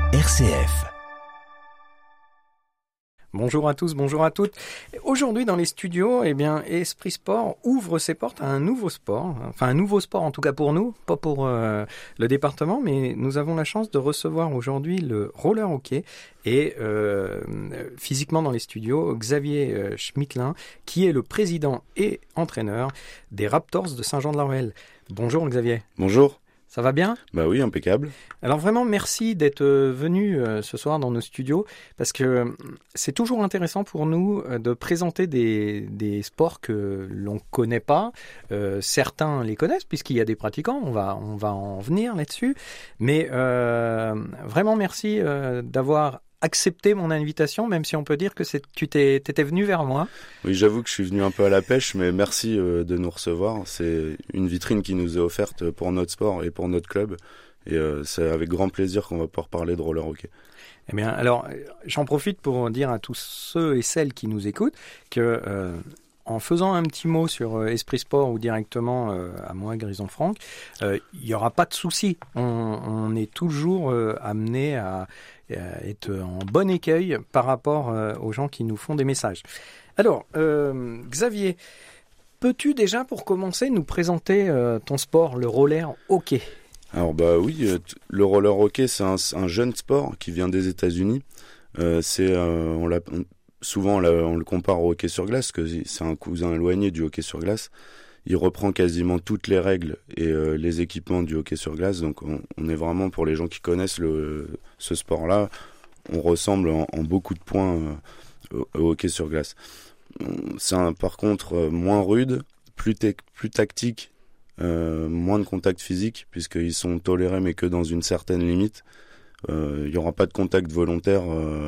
RCF. Bonjour à tous, bonjour à toutes. Aujourd'hui dans les studios, Esprit Sport ouvre ses portes à un nouveau sport. Enfin un nouveau sport en tout cas pour nous, pas pour le département, mais nous avons la chance de recevoir aujourd'hui le roller hockey et physiquement dans les studios, Xavier Schmittlin, qui est le président et entraîneur des Raptors de Saint-Jean-de-la-Ruelle. Bonjour Xavier. Bonjour. Ça va bien ? Bah oui, impeccable. Alors vraiment, merci d'être venu ce soir dans nos studios parce que c'est toujours intéressant pour nous de présenter des sports que l'on connaît pas. Certains les connaissent puisqu'il y a des pratiquants, on va en venir là-dessus. Mais vraiment merci d'avoir accepté mon invitation, même si on peut dire que t'étais venu vers moi. Oui, j'avoue que je suis venu un peu à la pêche, mais merci de nous recevoir. C'est une vitrine qui nous est offerte pour notre sport et pour notre club. Et c'est avec grand plaisir qu'on va pouvoir parler de roller hockey. Eh bien, alors, j'en profite pour dire à tous ceux et celles qui nous écoutent que en faisant un petit mot sur Esprit Sport ou directement à moi, Grison Franck, il n'y aura pas de souci. On est toujours amené à être en bon écueil par rapport aux gens qui nous font des messages. Alors, Xavier, peux-tu déjà, pour commencer, nous présenter ton sport, le roller hockey ? Alors bah oui, le roller hockey, c'est un jeune sport qui vient des États-Unis. Souvent, on le compare au hockey sur glace, que c'est un cousin éloigné du hockey sur glace. Il reprend quasiment toutes les règles et les équipements du hockey sur glace. Donc, on est vraiment, pour les gens qui connaissent ce sport-là, on ressemble en beaucoup de points au hockey sur glace. Par contre, moins rude, plus tactique, moins de contact physique, puisqu'ils sont tolérés, mais que dans une certaine limite. Il n'y aura pas de contact volontaire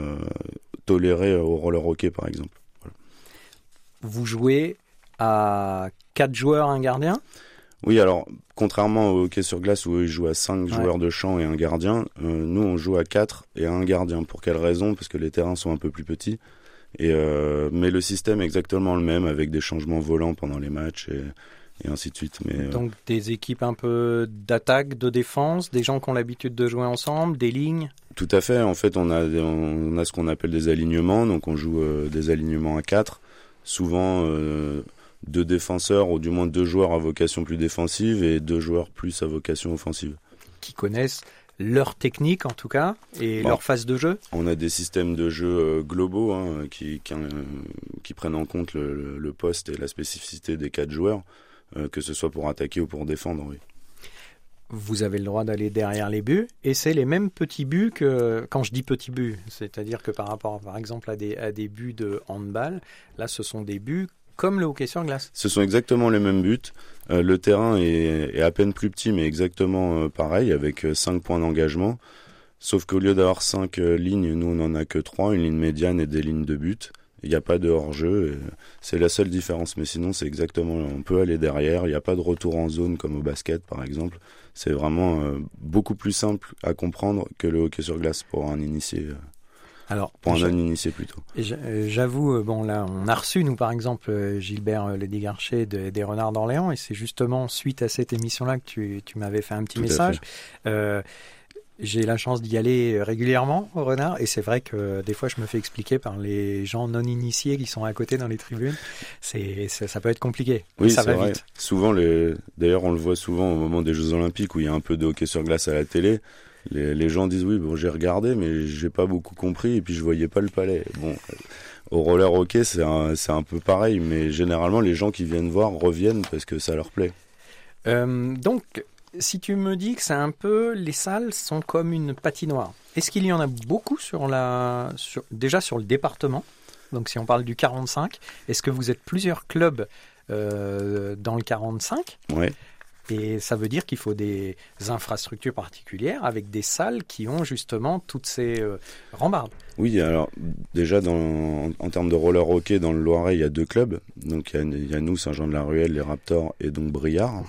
toléré au roller hockey, par exemple. Voilà. Vous jouez à 4 joueurs, un gardien ? Oui, alors, contrairement au hockey sur glace où ils jouent à 5 joueurs de champ et un gardien, nous, on joue à 4 et un gardien. Pour quelle raison ? Parce que les terrains sont un peu plus petits. Mais le système est exactement le même, avec des changements volants pendant les matchs et ainsi de suite. Donc des équipes un peu d'attaque, de défense, des gens qui ont l'habitude de jouer ensemble, des lignes ? Tout à fait. En fait, on a ce qu'on appelle des alignements. Donc on joue des alignements à 4. Souvent 2 défenseurs, ou du moins 2 joueurs à vocation plus défensive et 2 joueurs plus à vocation offensive. Qui connaissent leur technique en tout cas et leur phase de jeu. On a des systèmes de jeu globaux qui prennent en compte le poste et la spécificité des 4 joueurs. Que ce soit pour attaquer ou pour défendre, oui. Vous avez le droit d'aller derrière les buts, et c'est les mêmes petits buts que, quand je dis petits buts, c'est-à-dire que par rapport, par exemple, à des buts de handball, là, ce sont des buts comme le hockey sur glace. Ce sont exactement les mêmes buts. Le terrain est à peine plus petit, mais exactement pareil, avec 5 points d'engagement. Sauf qu'au lieu d'avoir 5 lignes, nous, on n'en a que 3, une ligne médiane et des lignes de but. Il n'y a pas de hors-jeu, c'est la seule différence, mais sinon c'est exactement, on peut aller derrière, il n'y a pas de retour en zone comme au basket par exemple, c'est vraiment beaucoup plus simple à comprendre que le hockey sur glace pour un initié, pour un non-initié plutôt. J'avoue, là on a reçu nous par exemple Gilbert Lédy-Garcher des Renards d'Orléans, et c'est justement suite à cette émission-là que tu m'avais fait un petit message. J'ai la chance d'y aller régulièrement au Renard, et c'est vrai que des fois je me fais expliquer par les gens non initiés qui sont à côté dans les tribunes. Ça peut être compliqué. Oui, ça va vrai. Vite. Souvent, d'ailleurs on le voit souvent au moment des Jeux Olympiques où il y a un peu de hockey sur glace à la télé. Les gens disent oui, bon, j'ai regardé, mais j'ai pas beaucoup compris, et puis je voyais pas le palais. Bon, au roller hockey c'est un peu pareil, mais généralement les gens qui viennent voir reviennent parce que ça leur plaît. Donc si tu me dis que c'est un peu, les salles sont comme une patinoire, est-ce qu'il y en a beaucoup déjà sur le département ? Donc si on parle du 45, est-ce que vous êtes plusieurs clubs dans le 45 ? Ouais. Et ça veut dire qu'il faut des infrastructures particulières avec des salles qui ont justement toutes ces rambardes. Oui, alors déjà en termes de roller hockey dans le Loiret, il y a 2 clubs. Donc il y a nous, Saint-Jean-de-la-Ruelle, les Raptors et donc Briard.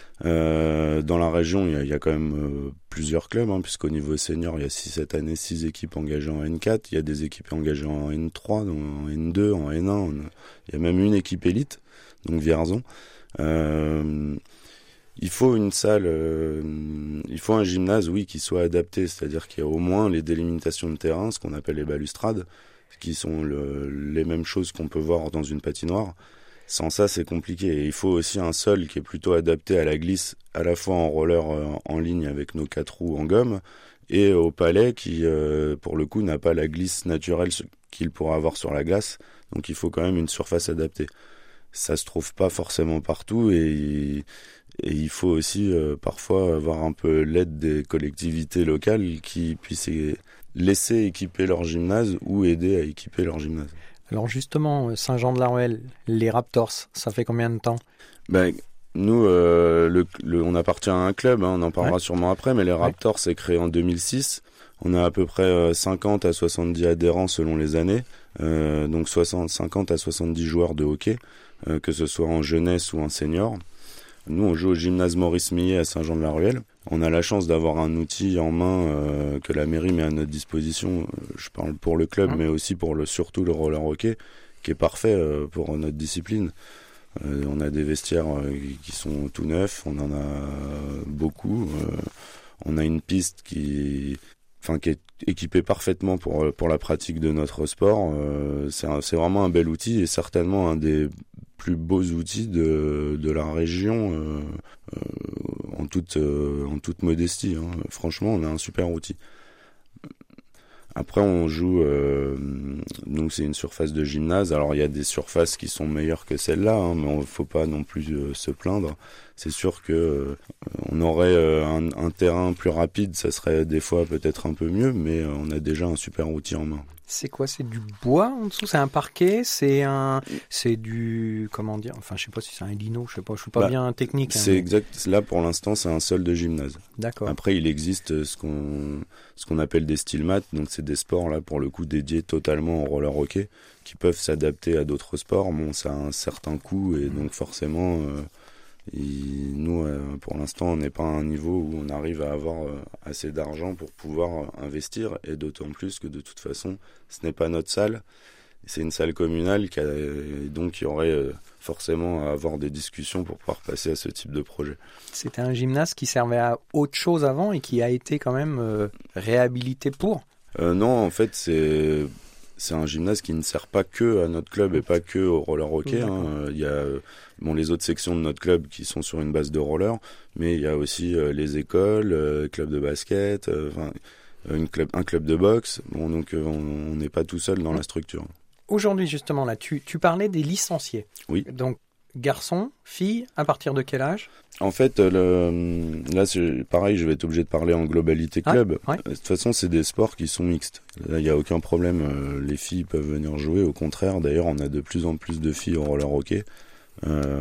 Dans la région, il y a quand même plusieurs clubs, puisqu'au niveau senior, il y a cette année 6 équipes engagées en N4. Il y a des équipes engagées en N3, en N2, en N1. Il y a même une équipe élite, donc Vierzon. Il faut une salle, il faut un gymnase, oui, qui soit adapté, c'est-à-dire qu'il y a au moins les délimitations de terrain, ce qu'on appelle les balustrades, qui sont les mêmes choses qu'on peut voir dans une patinoire. Sans ça, c'est compliqué. Et il faut aussi un sol qui est plutôt adapté à la glisse, à la fois en roller en ligne avec nos 4 roues en gomme, et au palais qui, pour le coup, n'a pas la glisse naturelle qu'il pourra avoir sur la glace. Donc il faut quand même une surface adaptée. Ça se trouve pas forcément partout et il faut aussi parfois avoir un peu l'aide des collectivités locales qui puissent laisser équiper leur gymnase ou aider à équiper leur gymnase. Alors justement, Saint-Jean-de-la-Ruelle, les Raptors, ça fait combien de temps ? Nous, on appartient à un club, on en parlera sûrement après, mais les Raptors, c'est créé en 2006. On a à peu près 50 à 70 adhérents selon les années, donc 50 à 70 joueurs de hockey, que ce soit en jeunesse ou en senior. Nous, on joue au gymnase Maurice Millet à Saint-Jean-de-la-Ruelle. On a la chance d'avoir un outil en main que la mairie met à notre disposition. Je parle pour le club, mais aussi surtout le roller hockey, qui est parfait pour notre discipline. On a des vestiaires qui sont tout neufs, on en a beaucoup. On a une piste qui est équipée parfaitement pour la pratique de notre sport. C'est vraiment un bel outil et certainement un des plus beaux outils de la région en toute modestie. Franchement, on a un super outil. Après, on joue, donc c'est une surface de gymnase. Alors, il y a des surfaces qui sont meilleures que celle-là, mais il ne faut pas non plus se plaindre. C'est sûr que on aurait un terrain plus rapide, ça serait des fois peut-être un peu mieux, mais on a déjà un super outil en main. C'est quoi ? C'est du bois en dessous ? C'est un parquet ? C'est du... Comment dire ? Enfin, je sais pas si c'est un lino, je suis pas bien technique. C'est exact. Là, pour l'instant, c'est un sol de gymnase. D'accord. Après, il existe ce qu'on appelle des steel mats. Donc, c'est des sports, là, pour le coup, dédiés totalement au roller hockey, qui peuvent s'adapter à d'autres sports. Bon, ça a un certain coût et donc, forcément... nous, pour l'instant, on n'est pas à un niveau où on arrive à avoir assez d'argent pour pouvoir investir, et d'autant plus que de toute façon, ce n'est pas notre salle, c'est une salle communale donc il y aurait forcément à avoir des discussions pour pouvoir passer à ce type de projet. C'était un gymnase qui servait à autre chose avant et qui a été quand même réhabilité pour ? Non, en fait, c'est un gymnase qui ne sert pas que à notre club et pas que au roller hockey. Il y a les autres sections de notre club qui sont sur une base de roller, mais il y a aussi les écoles, club de basket, un club de boxe. Donc on n'est pas tout seul dans la structure. Aujourd'hui, justement, là, tu parlais des licenciés. Oui. Donc, garçons, filles, à partir de quel âge ? En fait, là, c'est pareil, je vais être obligé de parler en globalité club. Ouais. De toute façon, c'est des sports qui sont mixtes. Là, il n'y a aucun problème. Les filles peuvent venir jouer. Au contraire, d'ailleurs, on a de plus en plus de filles au roller hockey. À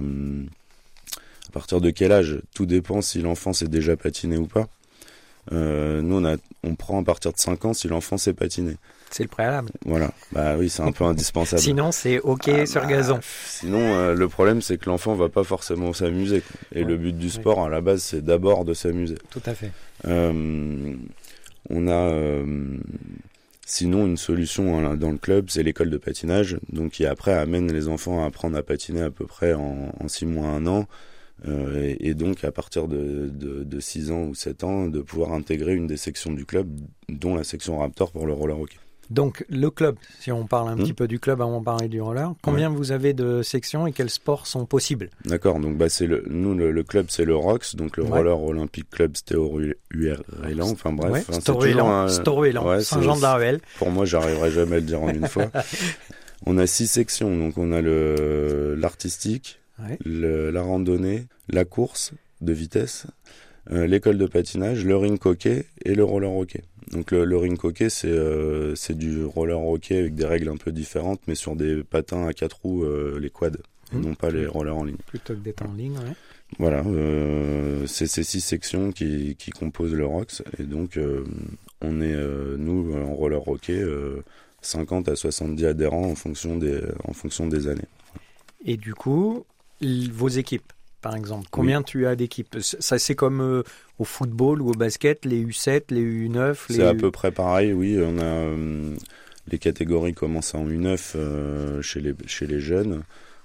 partir de quel âge ? Tout dépend si l'enfant s'est déjà patiné ou pas. Nous, on prend à partir de 5 ans si l'enfant s'est patiné. C'est le préalable. Voilà. Bah oui, c'est un peu indispensable. Sinon, c'est hockey sur gazon. Sinon, le problème, c'est que l'enfant va pas forcément s'amuser. Et le but du sport, à la base, c'est d'abord de s'amuser. Tout à fait. On a sinon une solution dans le club, c'est l'école de patinage. Donc, qui après amène les enfants à apprendre à patiner à peu près en 6 mois, 1 an. Et donc, à partir de 6 ans ou 7 ans, de pouvoir intégrer une des sections du club, dont la section Raptor pour le roller hockey. Donc, le club, si on parle un petit peu du club avant de parler du roller, combien vous avez de sections et quels sports sont possibles ? D'accord, donc le club, c'est le ROX, donc le Roller Olympic Club Storuélan, enfin bref. Storuélan, Saint-Jean-de-la-Ruelle. Pour moi, j'arriverai jamais à le dire en une fois. On a 6 sections, donc on a l'artistique, la randonnée, la course de vitesse, l'école de patinage, le rink hockey et le roller hockey. Donc le rink hockey, c'est du roller hockey avec des règles un peu différentes, mais sur des patins à 4 roues, les quads, et non pas les rollers en ligne. Plutôt que d'être en ligne, ouais. Voilà, c'est ces 6 sections qui composent le ROX, et donc on est, nous, en roller hockey, 50 à 70 adhérents en fonction des années. Et du coup, vos équipes, par exemple, combien tu as d'équipes ? Ça, c'est comme au football ou au basket, les U7, les U9 C'est à peu près pareil, oui. On a les catégories commencent en U9 chez les jeunes.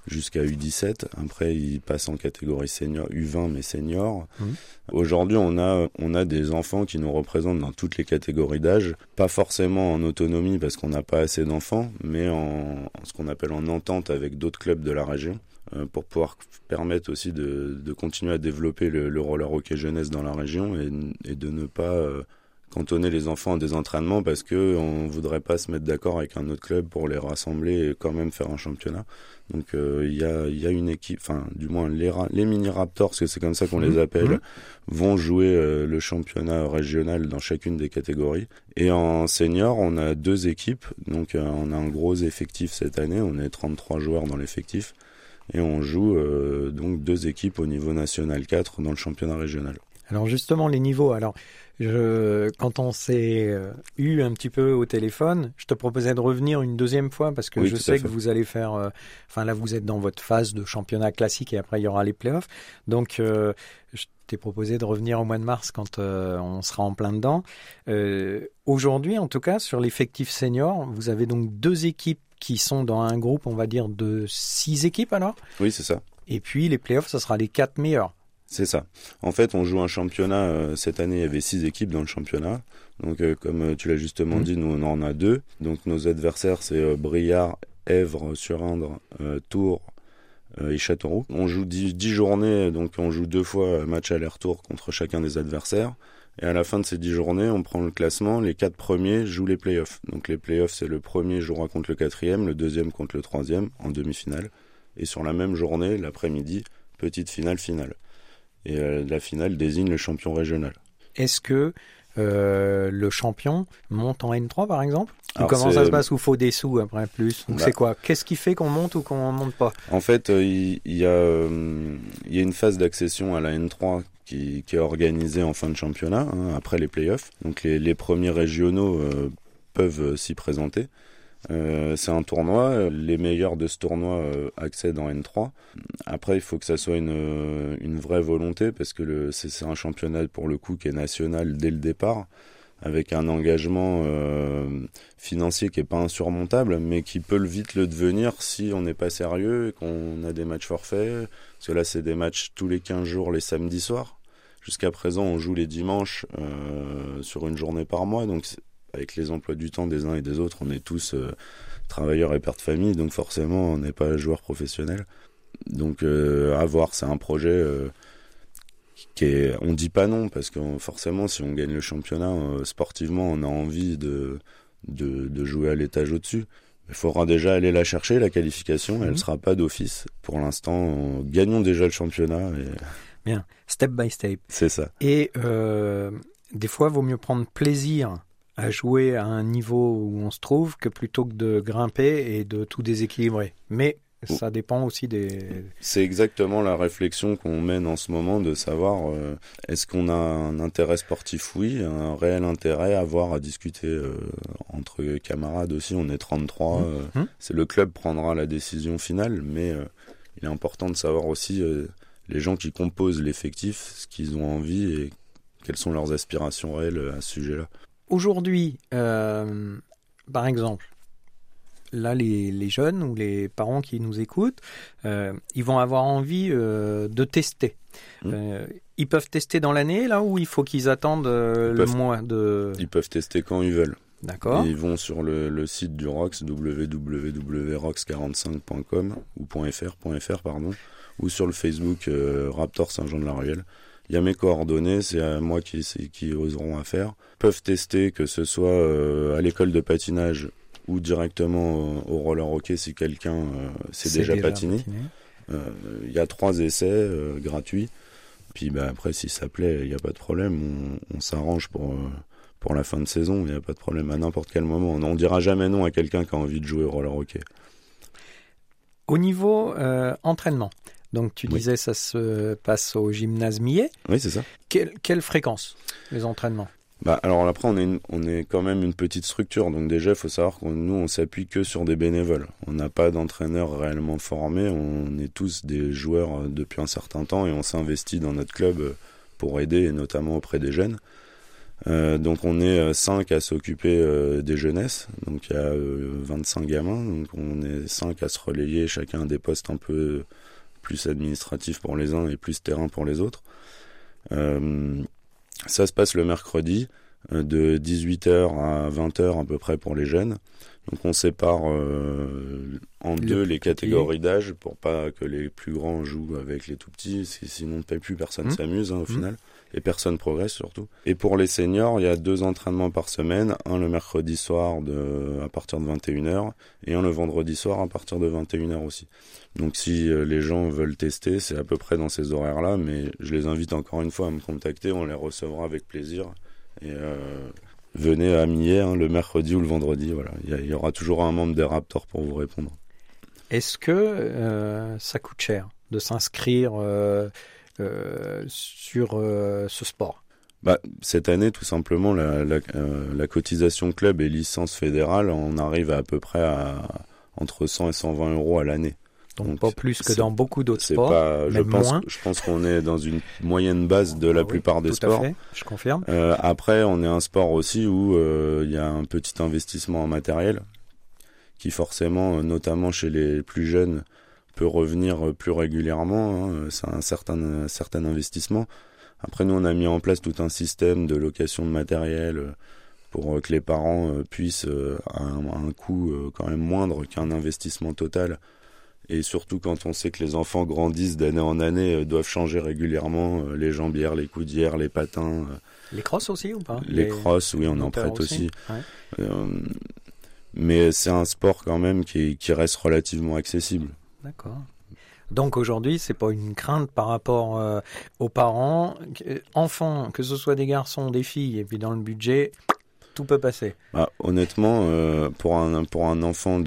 jusqu'à U17. Après, ils passent en catégorie senior, U20 mais senior. Aujourd'hui, on a des enfants qui nous représentent dans toutes les catégories d'âge, pas forcément en autonomie parce qu'on n'a pas assez d'enfants, mais en ce qu'on appelle en entente avec d'autres clubs de la région, pour pouvoir permettre aussi de continuer à développer le roller hockey jeunesse dans la région et de ne pas cantonner les enfants à des entraînements parce que on voudrait pas se mettre d'accord avec un autre club pour les rassembler et quand même faire un championnat. Donc il y a une équipe, enfin du moins les mini Raptors, parce que c'est comme ça qu'on les appelle, vont jouer le championnat régional dans chacune des catégories. Et en senior, on a 2 équipes, donc on a un gros effectif cette année, on est 33 joueurs dans l'effectif et on joue donc 2 équipes au niveau national 4 dans le championnat régional. Alors justement les niveaux, quand on s'est eu un petit peu au téléphone, je te proposais de revenir une deuxième fois parce que je sais que vous allez faire, là vous êtes dans votre phase de championnat classique et après il y aura les playoffs. Donc je t'ai proposé de revenir au mois de mars quand on sera en plein dedans. Aujourd'hui en tout cas sur l'effectif senior, vous avez donc 2 équipes qui sont dans un groupe on va dire de 6 équipes alors ? Oui c'est ça. Et puis les playoffs ça sera les 4 meilleurs. C'est ça. En fait, on joue un championnat. Cette année, il y avait 6 équipes dans le championnat. Donc, comme tu l'as justement dit, nous, on en a 2. Donc, nos adversaires, c'est Briard, Èvre, Surindre, Tours et Châteauroux. On joue 10 journées, donc on joue 2 fois match aller-retour contre chacun des adversaires. Et à la fin de ces 10 journées, on prend le classement. Les 4 premiers jouent les playoffs. Donc, les playoffs, c'est le premier jouera contre le 4e, le 2e contre le 3e en demi-finale. Et sur la même journée, l'après-midi, petite finale. Et la finale désigne le champion régional. Est-ce que le champion monte en N3 par exemple ? Ou comment ça se passe ? Ou faut des sous après plus ? Donc c'est quoi ? Qu'est-ce qui fait qu'on monte ou qu'on monte pas ? En fait, il y a une phase d'accession à la N3 qui est organisée en fin de championnat, après les playoffs. Donc les premiers régionaux peuvent s'y présenter. C'est un tournoi, les meilleurs de ce tournoi accèdent en N3. Après, il faut que ça soit une vraie volonté parce que c'est un championnat pour le coup qui est national dès le départ, avec un engagement financier qui est pas insurmontable, mais qui peut vite le devenir si on n'est pas sérieux et qu'on a des matchs forfaits. Parce que là, c'est des matchs tous les 15 jours, les samedis soirs. Jusqu'à présent, on joue les dimanches sur une journée par mois, donc avec les emplois du temps des uns et des autres, on est tous travailleurs et pères de famille, donc forcément, on n'est pas joueurs professionnels. Donc, à voir, c'est un projet on dit pas non, parce que forcément, si on gagne le championnat, sportivement, on a envie de jouer à l'étage au-dessus. Il faudra déjà aller la chercher, la qualification, elle sera pas d'office. Pour l'instant, gagnons déjà le championnat. Bien, step by step. C'est ça. Et des fois, il vaut mieux prendre plaisir à jouer à un niveau où on se trouve que plutôt que de grimper et de tout déséquilibrer. Mais ça dépend aussi des... C'est exactement la réflexion qu'on mène en ce moment de savoir est-ce qu'on a un intérêt sportif ? Oui, un réel intérêt à voir, à discuter entre camarades aussi. On est 33, c'est le club prendra la décision finale, mais il est important de savoir aussi les gens qui composent l'effectif, ce qu'ils ont envie et quelles sont leurs aspirations réelles à ce sujet-là. Aujourd'hui, par exemple, là, les jeunes ou les parents qui nous écoutent, ils vont avoir envie de tester. Ils peuvent tester dans l'année, là, ou il faut qu'ils attendent le mois de... Ils peuvent tester quand ils veulent. D'accord. Et ils vont sur le site du ROX, www.rox45.com ou .fr, ou sur le Facebook Raptor Saint-Jean-de-la-Ruelle. Il y a mes coordonnées, c'est à moi qui oseront à faire. Ils peuvent tester, que ce soit à l'école de patinage ou directement au roller hockey si quelqu'un sait déjà patiné. Il y a 3 essais gratuits. Puis après, si ça plaît, il n'y a pas de problème. On s'arrange pour la fin de saison. Il n'y a pas de problème à n'importe quel moment. On ne dira jamais non à quelqu'un qui a envie de jouer au roller hockey. Au niveau entraînement, donc tu disais ça se passe au gymnase Millet. Oui, c'est ça. Quelle fréquence, les entraînements ? Alors après, on est quand même une petite structure. Donc déjà, il faut savoir que nous, on s'appuie que sur des bénévoles. On n'a pas d'entraîneurs réellement formés. On est tous des joueurs depuis un certain temps et on s'investit dans notre club pour aider, et notamment auprès des jeunes. Donc on est 5 à s'occuper des jeunesses, donc il y a 25 gamins, donc on est 5 à se relayer chacun des postes un peu plus administratifs pour les uns et plus terrain pour les autres. Ça se passe le mercredi de 18h à 20h à peu près pour les jeunes. Donc on sépare en deux les catégories d'âge pour pas que les plus grands jouent avec les tout petits, sinon plus personne s'amuse au final. Et personne progresse surtout. Et pour les seniors, il y a 2 entraînements par semaine, un le mercredi soir à partir de 21h et un le vendredi soir à partir de 21h aussi. Donc si les gens veulent tester, c'est à peu près dans ces horaires-là, mais je les invite encore une fois à me contacter, on les recevra avec plaisir. Et venez à Millet le mercredi ou le vendredi, voilà. Il y aura toujours un membre des Raptors pour vous répondre. Est-ce que ça coûte cher de s'inscrire sur ce sport? Cette année, tout simplement, la cotisation club et licence fédérale, on arrive à peu près à entre 100 et 120 euros à l'année. Donc pas plus que dans beaucoup d'autres sports, même moins. Je pense qu'on est dans une moyenne base de la plupart des sports. Tout à fait, je confirme. Après, on est un sport aussi où il y a un petit investissement en matériel qui forcément, notamment chez les plus jeunes, peut revenir plus régulièrement. C'est un certain investissement. Après, nous, on a mis en place tout un système de location de matériel pour que les parents puissent, à un coût quand même moindre qu'un investissement total. Et surtout quand on sait que les enfants grandissent d'année en année, doivent changer régulièrement les jambières, les coudières, les patins. Les crosses aussi ou pas? Les crosses, oui, on en prête aussi. Ouais. Mais c'est un sport quand même qui reste relativement accessible. D'accord. Donc aujourd'hui, c'est pas une crainte par rapport aux parents, enfants, que ce soit des garçons, des filles, et puis dans le budget, tout peut passer. Honnêtement, pour un enfant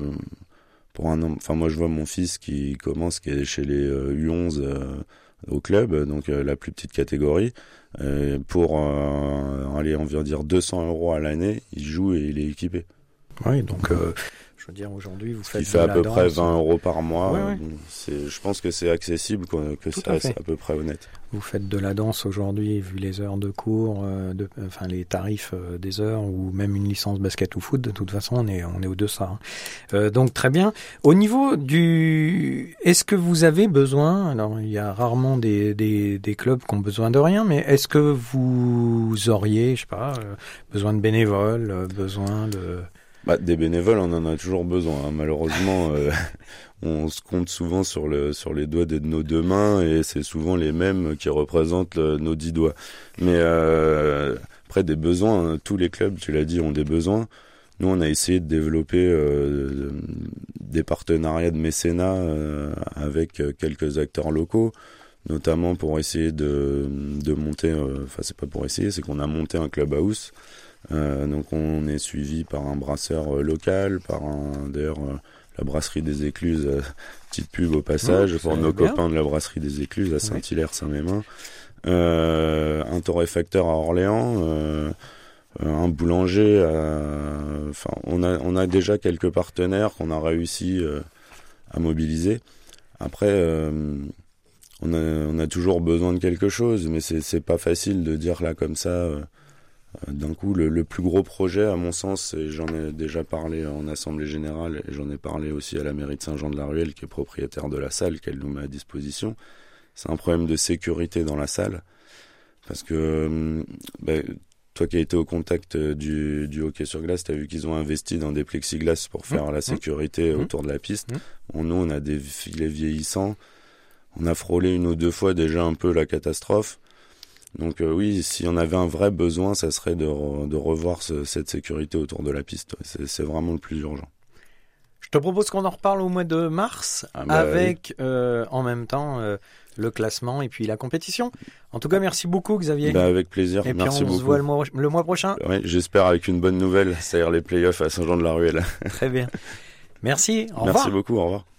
enfin moi je vois mon fils qui est chez les U11 au club, donc la plus petite catégorie, pour aller on vient dire 200 euros à l'année, il joue et il est équipé. Oui, donc je veux dire aujourd'hui vous faites. Il fait à peu près 20 euros par mois. Ouais. Je pense que c'est accessible, que ça reste à peu près honnête. Vous faites de la danse aujourd'hui, vu les heures de cours, les tarifs des heures, ou même une licence basket ou foot. De toute façon, on est au-dessus de ça. Donc très bien. Au niveau est-ce que vous avez besoin? Alors il y a rarement des clubs qui ont besoin de rien, mais est-ce que vous auriez, je sais pas, besoin de bénévoles, besoin de des bénévoles, on en a toujours besoin. Malheureusement, on se compte souvent sur les doigts de nos 2 mains et c'est souvent les mêmes qui représentent nos 10 doigts. Mais après, des besoins, tous les clubs, tu l'as dit, ont des besoins. Nous, on a essayé de développer des partenariats de mécénat avec quelques acteurs locaux, notamment pour essayer de monter, c'est pas pour essayer, c'est qu'on a monté un clubhouse. Donc on est suivi par un brasseur local, d'ailleurs la brasserie des Écluses, petite pub au passage pour nos copains de la brasserie des Écluses à Saint-Hilaire-Saint-Mémin, un torréfacteur à Orléans, un boulanger, on a déjà quelques partenaires qu'on a réussi à mobiliser. Après on a toujours besoin de quelque chose, mais c'est pas facile de dire là comme ça. D'un coup, le plus gros projet, à mon sens, et j'en ai déjà parlé en assemblée générale, et j'en ai parlé aussi à la mairie de Saint-Jean-de-la-Ruelle, qui est propriétaire de la salle qu'elle nous met à disposition, c'est un problème de sécurité dans la salle. Parce que toi qui as été au contact du hockey sur glace, tu as vu qu'ils ont investi dans des plexiglas pour faire la sécurité autour de la piste. Nous, on a des filets vieillissants. On a frôlé 1 ou 2 fois déjà un peu la catastrophe. Donc oui, si on avait un vrai besoin, ça serait de revoir cette sécurité autour de la piste. C'est vraiment le plus urgent. Je te propose qu'on en reparle au mois de mars avec en même temps le classement et puis la compétition. En tout cas, merci beaucoup Xavier. Avec plaisir, et merci puis on beaucoup. se voit le mois prochain. Ouais, j'espère avec une bonne nouvelle, c'est-à-dire les playoffs à Saint-Jean-de-la-Ruelle. Très bien. Merci, au revoir. Merci beaucoup, au revoir.